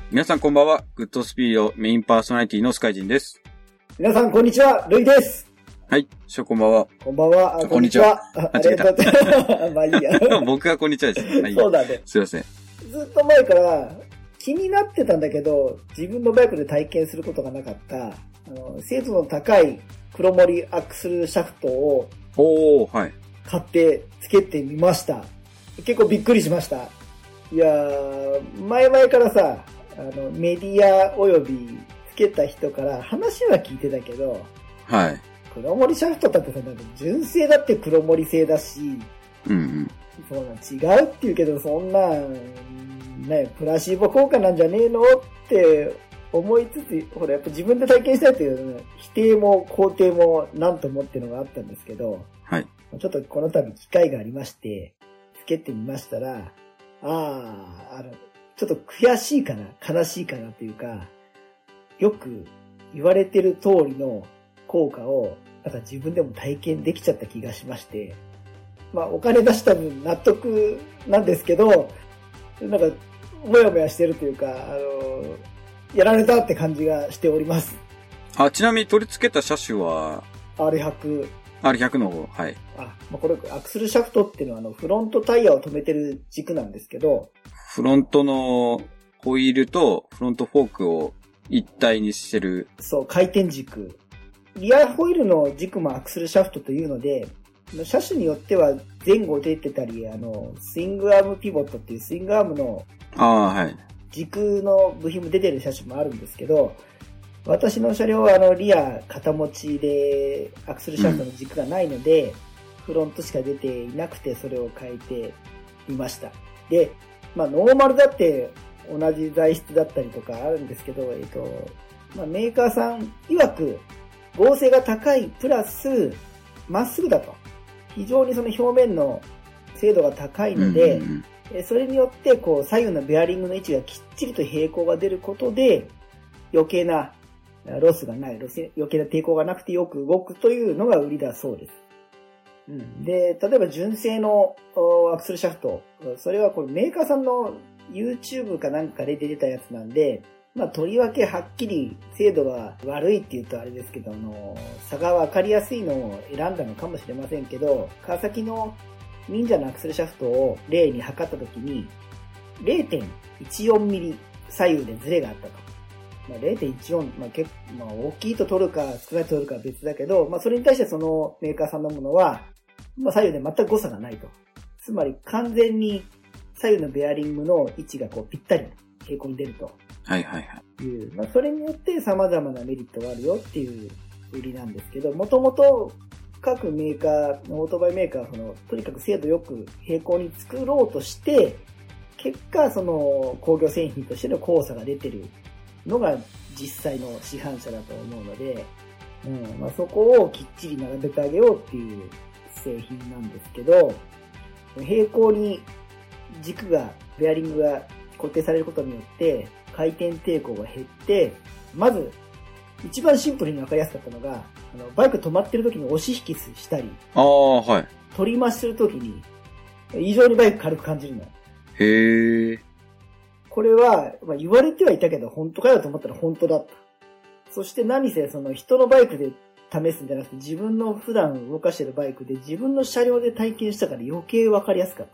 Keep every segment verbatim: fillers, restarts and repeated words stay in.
皆さんこんばんは。グッドスピードメインパーソナリティのスカイジンです。 皆さんこんにちは、ルイです。 はい、しょこんばんは。 こんばんは。 あこんにちは。 ありがとう。まあいいや。 僕がこんにちはです。はい、 そうだね。 すいません。 ずっと前から気になってたんだけど、自分のバイクで体験することがなかった、あの精度の高い黒森アクスルシャフトをおー、はい。 買ってつけてみました。結構びっくりしました。いやー、前々からさ、あのメディアおよびつけた人から話は聞いてたけど、 はい。 黒森シャフトだってさ、なんか純正だって黒森製だし、 うんうん。 そうなん違うって言うけど、そんな、ね、プラシーボ効果なんじゃねえのって思いつつ、ほら、やっぱ自分で体験したいっていう、ね、否定も肯定もなんともっていうのがあったんですけど、 はい。 ちょっとこの度機会がありまして、つけてみましたら、ああ、あの、ちょっと悔しいかな、悲しいかなっていうか、よく言われてる通りの効果を、なんか自分でも体験できちゃった気がしまして、まあお金出した分納得なんですけど、なんか、もやもやしてるというか、あの、やられたって感じがしております。 あ、ちなみに取り付けた車種はアールひゃく。 アールひゃく の方、はい。 あ、まあ、これ、アクスルシャフトっていうのは、あの、フロントタイヤを止めてる軸なんですけど、 フロントのホイールとフロントフォークを一体にしてる。 そう、回転軸。リアホイールの軸もアクスルシャフトというので、車種によっては前後出てたり、あの、スイングアームピボットっていうスイングアームのああ、はい。 軸の部品も出てる車種もあるんですけど、私の車両はあのリア片持ちでアクスルシャフトの軸がないので、うん、フロントしか出ていなくてそれを変えてみました。で、まあノーマルだって同じ材質だったりとかあるんですけど、えっと、まあ、メーカーさん曰く合成が高いプラスまっすぐだと。非常にその表面の精度が高いので、うんうんうん、それによってこう左右のベアリングの位置がきっちりと平行が出ることで余計なロスがない、ロス余計な抵抗がなくてよく動くというのが売りだそうです。うん、で、例えば純正のアクスルシャフト、それはこれメーカーさんの YouTube かなんかで出てたやつなんで、まあとりわけはっきり精度が悪いって言うとあれですけど、あの、差がわかりやすいのを選んだのかもしれませんけど、川崎の忍者のアクスルシャフトを例に測ったときに れいてんいちよんミリ左右でズレがあったと。まあ、れいてんいちよん、まあ結構、まあ、大きいと取るか少ないと取るかは別だけど、まあそれに対してそのメーカーさんのものは、まあ左右で全く誤差がないと。つまり完全に左右のベアリングの位置がこうぴったり平行に出ると。 はいはいはい。 いう、まあそれによって様々なメリットがあるよっていう売りなんですけど、もともと各メーカー、オートバイメーカーはその、とにかく精度よく平行に作ろうとして、結果その工業製品としての交差が出てるのが実際の市販車だと思うので、うんまあ、そこをきっちり並べてあげようっていう製品なんですけど、平行に軸が、ベアリングが固定されることによって回転抵抗が減って、まず一番シンプルに分かりやすかったのが、あのバイク止まってる時に押し引きしたり、 ああ、はい。 取り回しする時に異常にバイク軽く感じるの。 へえ。 これは、まあ、言われてはいたけど本当かよと思ったら本当だった。そして何せその人のバイクで試すんじゃなくて自分の普段動かしてるバイクで自分の車両で体験したから余計分かりやすかった。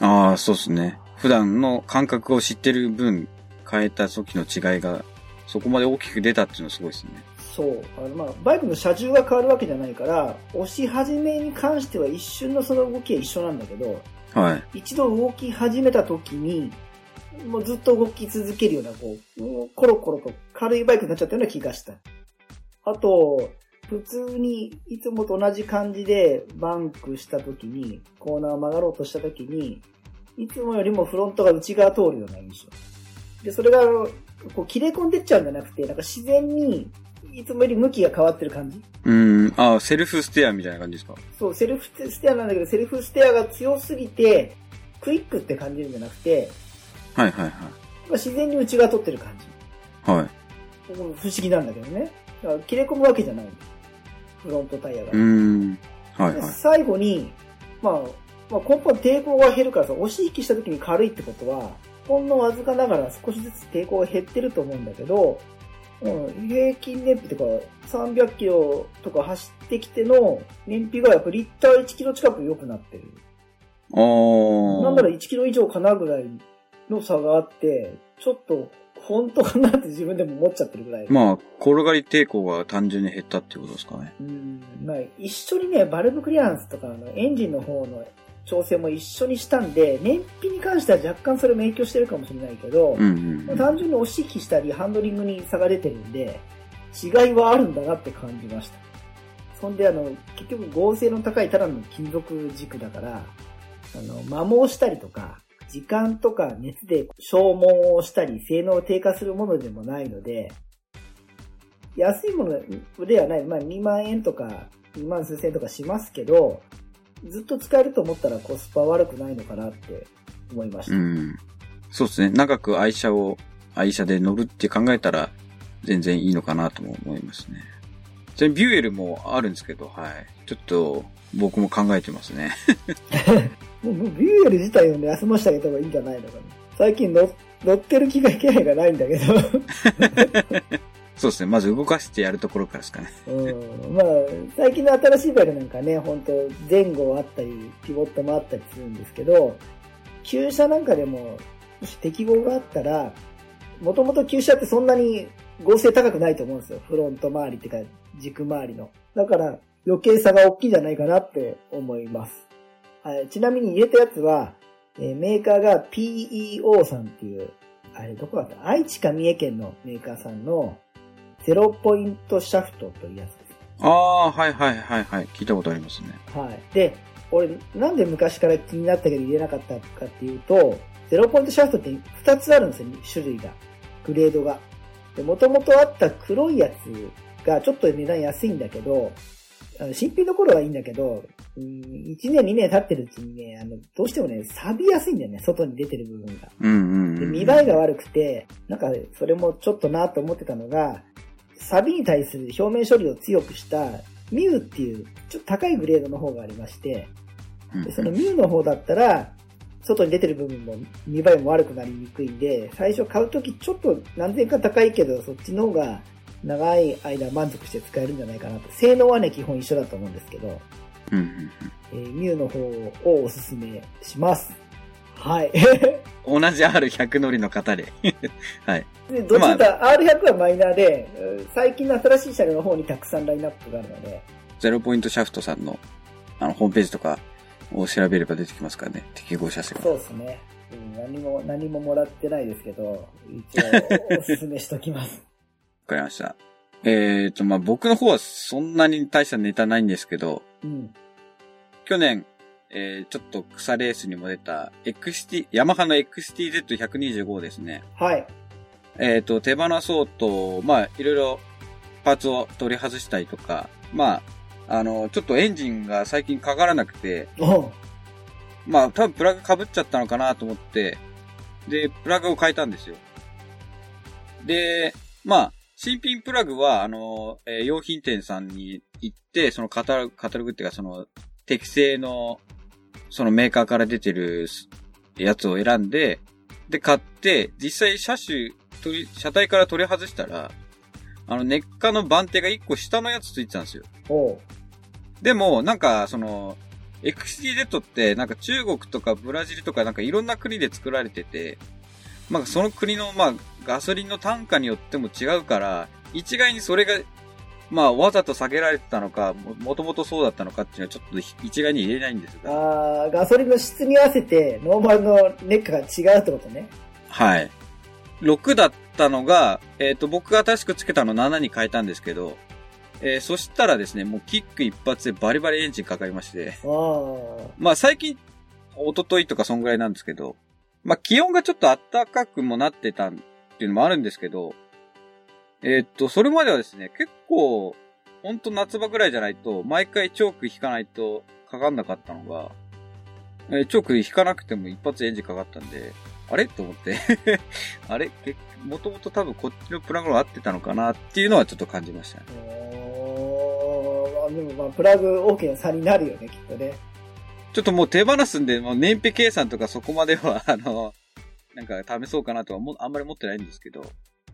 ああ、そうですね。普段の感覚を知ってる分変えた時の違いがそこまで大きく出たっていうのはすごいですね。 そう。あのまあ、バイクの車重が変わるわけじゃないから、押し始めに関しては一瞬のその動きは一緒なんだけど、 はい。 一度動き始めた時に、もうずっと動き続けるような、こう、コロコロと軽いバイクになっちゃったような気がした。あと、普通にいつもと同じ感じでバンクした時に、コーナーを曲がろうとした時に、いつもよりもフロントが内側通るような印象。で、それが、こう切れ込んでっちゃうんじゃなくて、なんか自然に、いつもより向きが変わってる感じ。 うーん、あ、セルフステアみたいな感じですか？ そう、セルフステアなんだけど、セルフステアが強すぎて、クイックって感じるんじゃなくて、 はいはいはい。 自然に内側取ってる感じ。はい。 不思議なんだけどね。だから切れ込むわけじゃない。フロントタイヤが。 うーん。はいはい。 最後に、まあ、まあ、根本抵抗が減るからさ、押し引きした時に軽いってことは、 ほんのわずかながら少しずつ抵抗が減ってると思うんだけど、うん、平均燃費とかさんびゃくキロとか走ってきての燃費がやっぱリッターいちキロ近く良くなってる。 あー。 なんならいちキロ以上かなぐらいの差があって、ちょっと本当かなって自分でも思っちゃってるぐらい。 まあ、転がり抵抗が単純に減ったっていうことですかね。 うん。まあ、一緒にね、バルブクリアランスとか、あの、エンジンの方の調整も一緒にしたんで、燃費に関しては若干それも影響してるかもしれないけど、 うんうんうん、 単純に押し引きしたり、ハンドリングに差が出てるんで、違いはあるんだなって感じました。そんで、あの、結局合成の高いただの金属軸だから、あの、摩耗したりとか、時間とか熱で消耗したり、性能を低下するものでもないので、安いものではない。まあ、にまんえんとか、にまん数千円とかしますけど、ずっと使えると思ったらコスパ悪くないのかなって思いました。 うん。そうですね。長く愛車を、愛車で乗るって考えたら、全然いいのかなとも思いますね。ちなみにビューエルもあるんですけど、はい。ちょっと、僕も考えてますね。 もうビューエル自体をね、休ませてあげた方がいいんじゃないのかな。最近乗乗ってる気が気配がないんだけど。 そうですね。まず動かしてやるところからですかね。 うん。まあ、最近の新しいバイクなんかね、本当前後あったり、ピボットもあったりするんですけど、旧車なんかでも、もし適合があったら、もともと旧車ってそんなに合成高くないと思うんですよ。フロント周りっていうか、軸周りの。だから余計差が大きいんじゃないかなって思います。はい、ちなみに入れたやつは、えー、メーカーが ピーイーオー さんっていう、あれどこだった愛知か三重県のメーカーさんのゼロポイントシャフトというやつです。 ああ、はいはいはいはい。聞いたことありますね。 はい。で、俺なんで昔から気になったけど入れなかったかっていうと、ゼロポイントシャフトってふたつあるんですよ、種類が。グレードが。で、元々あった黒いやつがちょっと値段安いんだけど、あの新品の頃はいいんだけど、いちねんにねん経ってるうちにね、あの、どうしてもね、錆びやすいんだよね、外に出てる部分が。 うんうんうん、 で、見栄えが悪くて、なんか、それもちょっとなと思ってたのが、錆びに対する表面処理を強くした、ミューっていう、ちょっと高いグレードの方がありまして、でそのミューの方だったら、外に出てる部分も見栄えも悪くなりにくいんで、最初買うときちょっと何千か高いけど、そっちの方が長い間満足して使えるんじゃないかなと。性能はね、基本一緒だと思うんですけど、 うんうんうんえー、ミューの方をおすすめします。はい。 同じ アールひゃく 乗りの方で。はい。 でどっちかというと アールひゃく はマイナーで、最近の新しい車両の方にたくさんラインナップがあるので。 ゼロポイントシャフトさんの、あの、ホームページとかを調べれば出てきますからね。適合車種が。 そうですね。うん、何も、何ももらってないですけど、一応おすすめしときます。 わかりました。えーと、まあ、僕の方はそんなに大したネタないんですけど、 うん、 去年、えー、ちょっと草レースにも出た エックスティー、ヤマハの エックスティーゼットひゃくにじゅうご ですね。 はい。 えーと、手放そうと、まあ、いろいろパーツを取り外したりとか、まあ、あの、ちょっとエンジンが最近かからなくて、まあ、多分プラグ被っちゃったのかなと思って、で、プラグを変えたんですよ。で、まあ、新品プラグは、あの、えー、用品店さんに行って、そのカタログ、カタログっていうか、その、適正の、そのメーカーから出てるやつを選んで、で、買って、実際車種、取り、車体から取り外したら、あの、ネッカの番手がいっこ下のやつついてたんですよ。 おう。 でも、なんか、その、エックスティーゼットって、なんか中国とかブラジルとかなんかいろんな国で作られてて、まあその国の、まあ、ガソリンの単価によっても違うから、一概にそれが、まあ、わざと下げられてたのか、も、もともとそうだったのかっていうのはちょっと一概に言えないんですが。 ああ、ガソリンの質に合わせて、ノーマルのネッカが違うってことね。 はい。ろくだったのが、えっと、僕が新しくつけたのななに変えたんですけど、えー、そしたらですね、もうキック一発でバリバリエンジンかかりまして。 あまあ最近、一昨日とかそんぐらいなんですけど、まあ気温がちょっと暖かくもなってたっていうのもあるんですけど、えー、っと、それまではですね、結構、ほんと夏場ぐらいじゃないと、毎回チョーク引かないとかかんなかったのが、えー、チョーク引かなくても一発エンジンかかったんで、あれと思って。あれもともと多分こっちのプラグが合ってたのかなっていうのはちょっと感じましたね。 おー、でもまあ、プラグ大きな差になるよね、きっとね。 ちょっともう手放すんで、もう燃費計算とかそこまでは、あの、 なんか試そうかなとはもあんまり持ってないんですけど。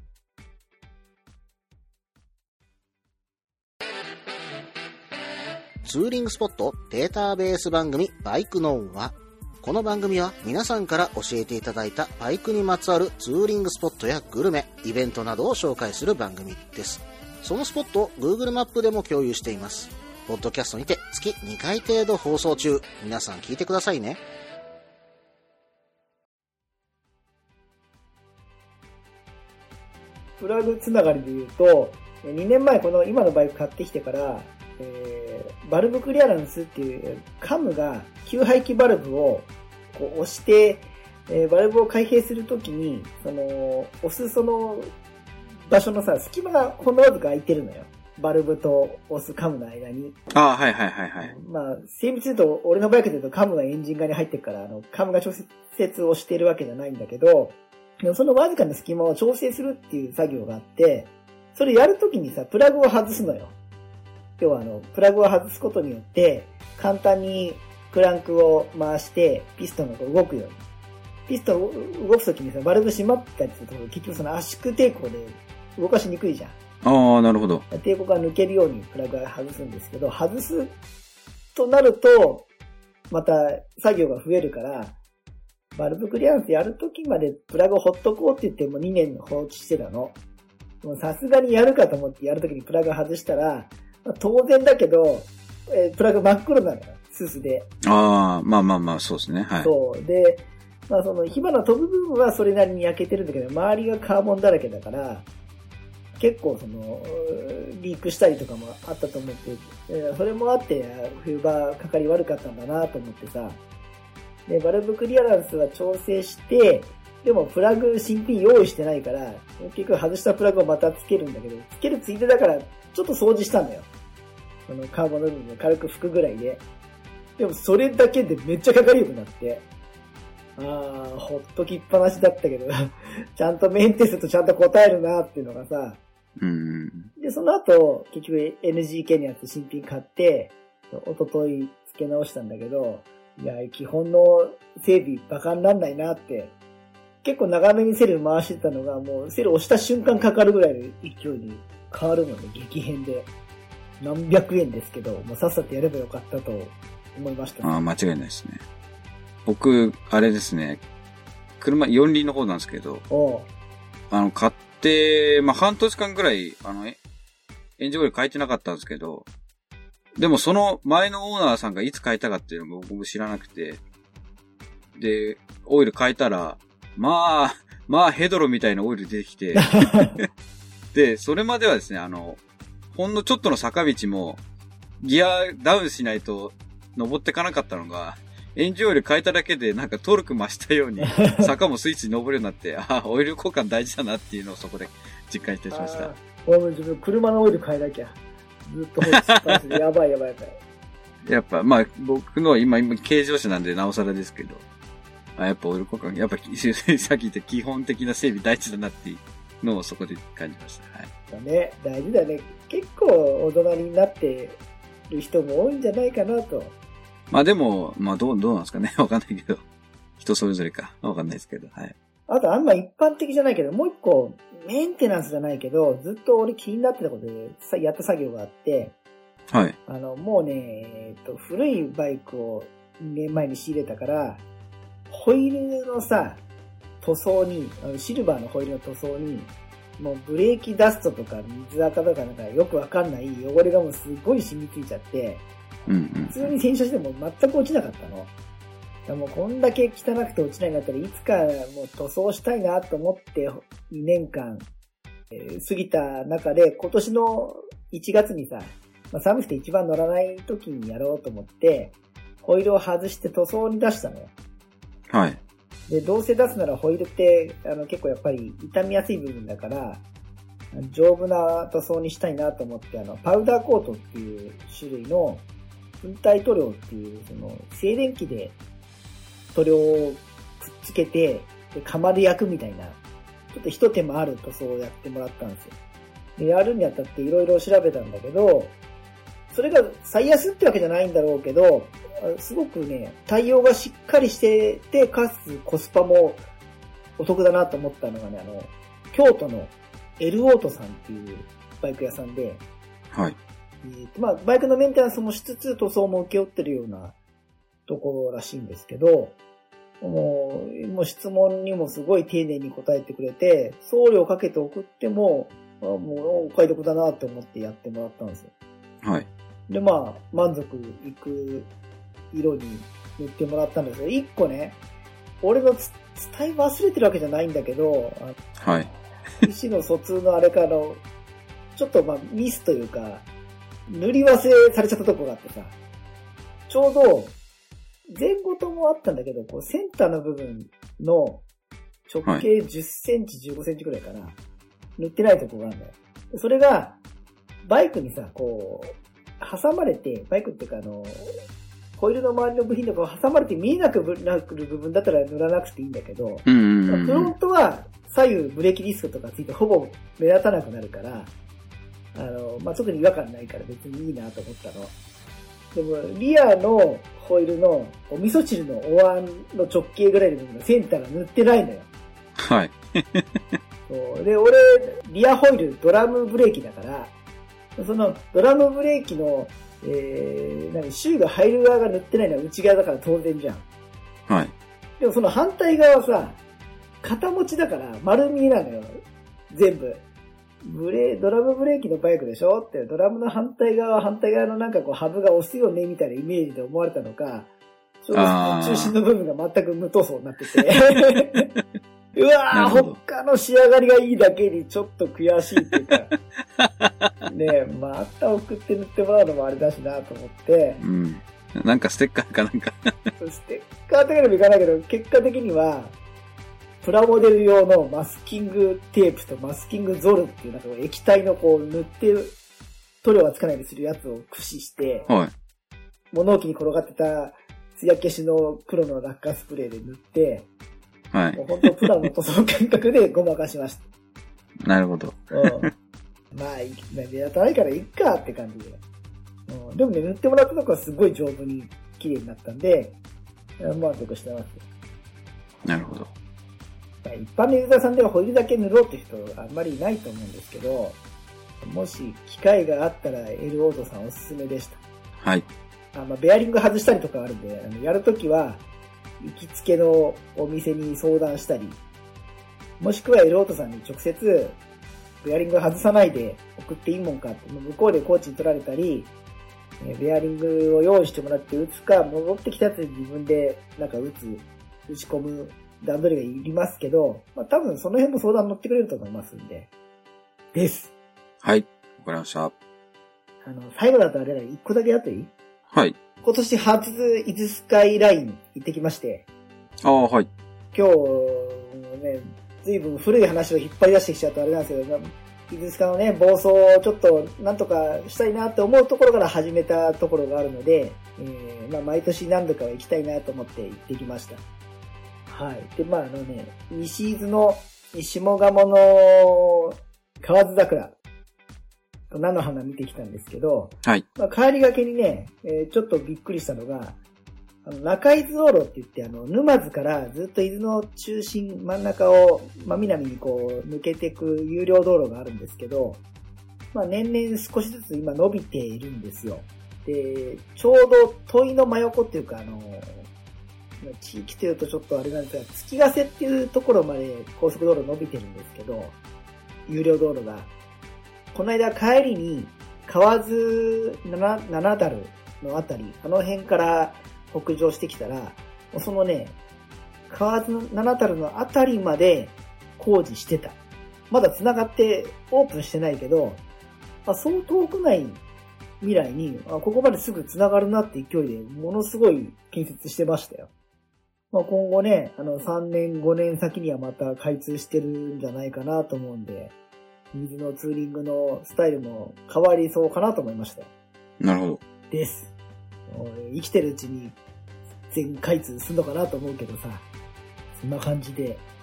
ツーリングスポットデータベース番組バイクノウは、この番組は皆さんから教えていただいたバイクにまつわるツーリングスポットやグルメ、イベントなどを紹介する番組です。そのスポットを Google マップでも共有しています。ポッドキャストにて月にかい程度放送中。皆さん聞いてくださいね。 プラグつながりで言うと、にねんまえこの今のバイク買ってきてから、えー、バルブクリアランスっていうカムが給排気バルブをこう押して、えー、バルブを開閉するときに、その、押すその場所のさ、隙間がほんのわずか空いてるのよ。バルブと押すカムの間に。 ああ、はいはいはいはい。 まあ、精密に言うと、俺のバイクで言うとカムがエンジン側に入ってるから、あの、カムが直接押してるわけじゃないんだけど、でもそのわずかな隙間を調整するっていう作業があって、それやるときにさ、プラグを外すのよ。要はあの、プラグを外すことによって、簡単にクランクを回して、ピストンが動くように。ピストンを動くときにさ、バルブ閉まったりすると、結局その圧縮抵抗で動かしにくいじゃん。 ああ、なるほど。 抵抗が抜けるようにプラグを外すんですけど、外すとなると、また作業が増えるから、バルブクリアンスやるときまでプラグをほっとこうって言ってもにねん放置してたの。もうさすがにやるかと思ってやるときにプラグ外したら、まあ、当然だけど、えー、プラグ真っ黒なのよ。ススで。 ああ、まあまあまあ、そうですね。はい。 そう。で、まあその火花飛ぶ部分はそれなりに焼けてるんだけど、周りがカーボンだらけだから、結構その、リークしたりとかもあったと思って、えー、それもあって、冬場かかり悪かったんだなと思ってさ。で、バルブクリアランスは調整して、でもプラグ新品用意してないから、結局外したプラグをまたつけるんだけど、つけるついでだからちょっと掃除したんだよ。このカーボンの部分を軽く拭くぐらいで。でもそれだけでめっちゃかかりよくなって。あー、ほっときっぱなしだったけど、ちゃんとメンテするとちゃんと答えるなっていうのがさ。 うん。 で、その後、結局 エヌジーケー のやつ新品買って、一昨日付け直したんだけど、いや、基本の整備バカになんないなって。結構長めにセル回してたのが、もうセル押した瞬間かかるぐらいの勢いに変わるので、激変で。何百円ですけど、もうさっさとやればよかったと思いました、ね。 ああ、間違いないですね。僕、あれですね、車よん輪の方なんですけど、 おあの、買って、まあ、半年間ぐらい、あの、エンジンオイル変えてなかったんですけど、でもその前のオーナーさんがいつ変えたかっていうのも僕知らなくて、で、オイル変えたら、まあ、まあヘドロみたいなオイル出てきて、で、それまではですね、あの、ほんのちょっとの坂道も、ギアダウンしないと登ってかなかったのが、エンジンオイル変えただけでなんかトルク増したように、坂もスイッチに登るようになって、ああ、オイル交換大事だなっていうのをそこで実感いたしました。 俺も自分車のオイル変えなきゃ。ずっと放置しっぱなしで、やばいやばいやばい。 やっぱ、まあ、僕の今、今、軽自動車なんでなおさらですけど、あ、やっぱオイル交換、やっぱ、さっき言った基本的な整備大事だなっていうのをそこで感じました。はい。 だね、大事だね。結構大人になってる人も多いんじゃないかなと。 まあでも、まあどう、どうなんですかね。わかんないけど。人それぞれか。わかんないですけど。はい。 あとあんま一般的じゃないけど、もう一個、メンテナンスじゃないけど、ずっと俺気になってたことで、さやった作業があって、 はい。 あの、もうね、えっと、古いバイクをにねんまえに仕入れたから、ホイールのさ、塗装に、シルバーのホイールの塗装に、もうブレーキダストとか水垢とかなんかよくわかんない汚れがもうすごい染みついちゃって、 うんうん、 普通に洗車しても全く落ちなかったの。だもうこんだけ汚くて落ちないんだったらいつかもう塗装したいなと思ってにねんかん、えー、過ぎた中で今年のいちがつにさ、まあ、寒くて一番乗らない時にやろうと思ってホイールを外して塗装に出したのよ。 はい。 で、どうせ出すならホイールってあの結構やっぱり傷みやすい部分だから丈夫な塗装にしたいなと思ってあのパウダーコートっていう種類の粉体塗料っていうその静電気で塗料をくっつけてで釜で焼くみたいなちょっと一手間ある塗装をやってもらったんですよ。でやるにあたっていろいろ調べたんだけどそれが最安ってわけじゃないんだろうけどすごくね対応がしっかりしててかつコスパもお得だなと思ったのがね、あの、京都のエルオートさんっていうバイク屋さんで、 はい。 えーと、まあ、バイクのメンテナンスもしつつ塗装も請け負ってるようなところらしいんですけど、もう、もう質問にもすごい丁寧に答えてくれて、送料かけて送っても、あもうお買い得だなって思ってやってもらったんですよ。 はい。 で、まあ、満足いく色に塗ってもらったんですけど、一個ね、俺のつ伝え忘れてるわけじゃないんだけど、 はい。 意思の疎通のあれかの、ちょっとまあミスというか、塗り忘れされちゃったとこがあってさ、ちょうど、前後ともあったんだけど、こうセンターの部分の直径じゅっセンチ、じゅうごセンチくらいかな、塗ってないとこがあるんだよ。それが、バイクにさ、こう、挟まれて、バイクっていうかあの、ホイールの周りの部品とかを挟まれて見えなくなる部分だったら塗らなくていいんだけど、 うんうんうん、 フロントは左右ブレーキディスクとかついてほぼ目立たなくなるから、あの、まあ、特に違和感ないから別にいいなと思ったの。でも、リアのホイールのお味噌汁のお椀の直径ぐらいの部分のセンターが塗ってないのよ。 はい。 そうで、俺、リアホイールドラムブレーキだから、そのドラムブレーキの、えー、何、シューが入る側が塗ってないのは内側だから当然じゃん。 はい。 でもその反対側さ、片持ちだから丸見えなのよ。全部。ブレドラムブレーキのバイクでしょって、ドラムの反対側、反対側のなんかこうハブが押すよねみたいなイメージで思われたのか、ちょうど中心の部分が全く無塗装になってて。うわぁ、他の仕上がりがいいだけにちょっと悔しいっていうか、ねえ、また送って塗ってもらうのもあれだしなと思って、 うん。なんかステッカーかなんか。 ステッカー的にもいかないけど、結果的には、プラモデル用のマスキングテープとマスキングゾルっていうなんか液体のこう塗って塗料がつかないようにするやつを駆使して、 はい。 物置に転がってた艶消しの黒のラッカースプレーで塗って、 はい。 もう本当プラの塗装感覚でごまかしました。 なるほど。 うん、まあ、目立たないからいいかって感じで。うん、でもね、塗ってもらったとこはすごい丈夫に綺麗になったんで、満足してます。 なるほど。 一般のユーザーさんではホイールだけ塗ろうって人あんまりいないと思うんですけど、もし機会があったらエルオートさんおすすめでした。 はい。 あまあ、ベアリング外したりとかあるんで、あのやるときは行きつけのお店に相談したり、もしくはエルオートさんに直接ベアリング外さないで送っていいもんかって、向こうでコーチに取られたり、ベアリングを用意してもらって打つか、戻ってきたやつに自分でなんか打つ、打ち込む段取りがいりますけど、まあ多分その辺も相談乗ってくれると思いますんで。です。 はい。わかりました。あの、最後だとあれだ、一個だけやっていい？ はい。 今年初伊豆スカイライン行ってきまして。 ああ、はい。 今日、ね、ずいぶん古い話を引っ張り出してきちゃうとあれなんですけど、伊豆スカのね、暴走をちょっとなんとかしたいなって思うところから始めたところがあるので、えー、まあ毎年何度かは行きたいなと思って行ってきました。はい。で、まああのね、西伊豆の下鴨の河津桜と菜の花見てきたんですけど、 はい。 まあ、帰りがけにね、えー、ちょっとびっくりしたのが、あの中伊豆道路って言って、あの、沼津からずっと伊豆の中心、真ん中を、まあ、南にこう、抜けていく有料道路があるんですけど、まあ、年々少しずつ今伸びているんですよ。で、ちょうど問いの真横っていうか、あの、地域というとちょっとあれなんですが、月ヶ瀬っていうところまで高速道路伸びてるんですけど、有料道路が。この間帰りに、河津七樽のあたり、あの辺から北上してきたら、そのね、河津七樽のあたりまで工事してた。まだ繋がってオープンしてないけど、あ、そう遠くない未来に、あ、ここまですぐ繋がるなって勢いで、ものすごい建設してましたよ。まあ、今後ね、あのさんねんごねん先にはまた開通してるんじゃないかなと思うんで、水のツーリングのスタイルも変わりそうかなと思いましたよ。 なるほど。 です。生きてるうちに全開通するのかなと思うけどさ、そんな感じで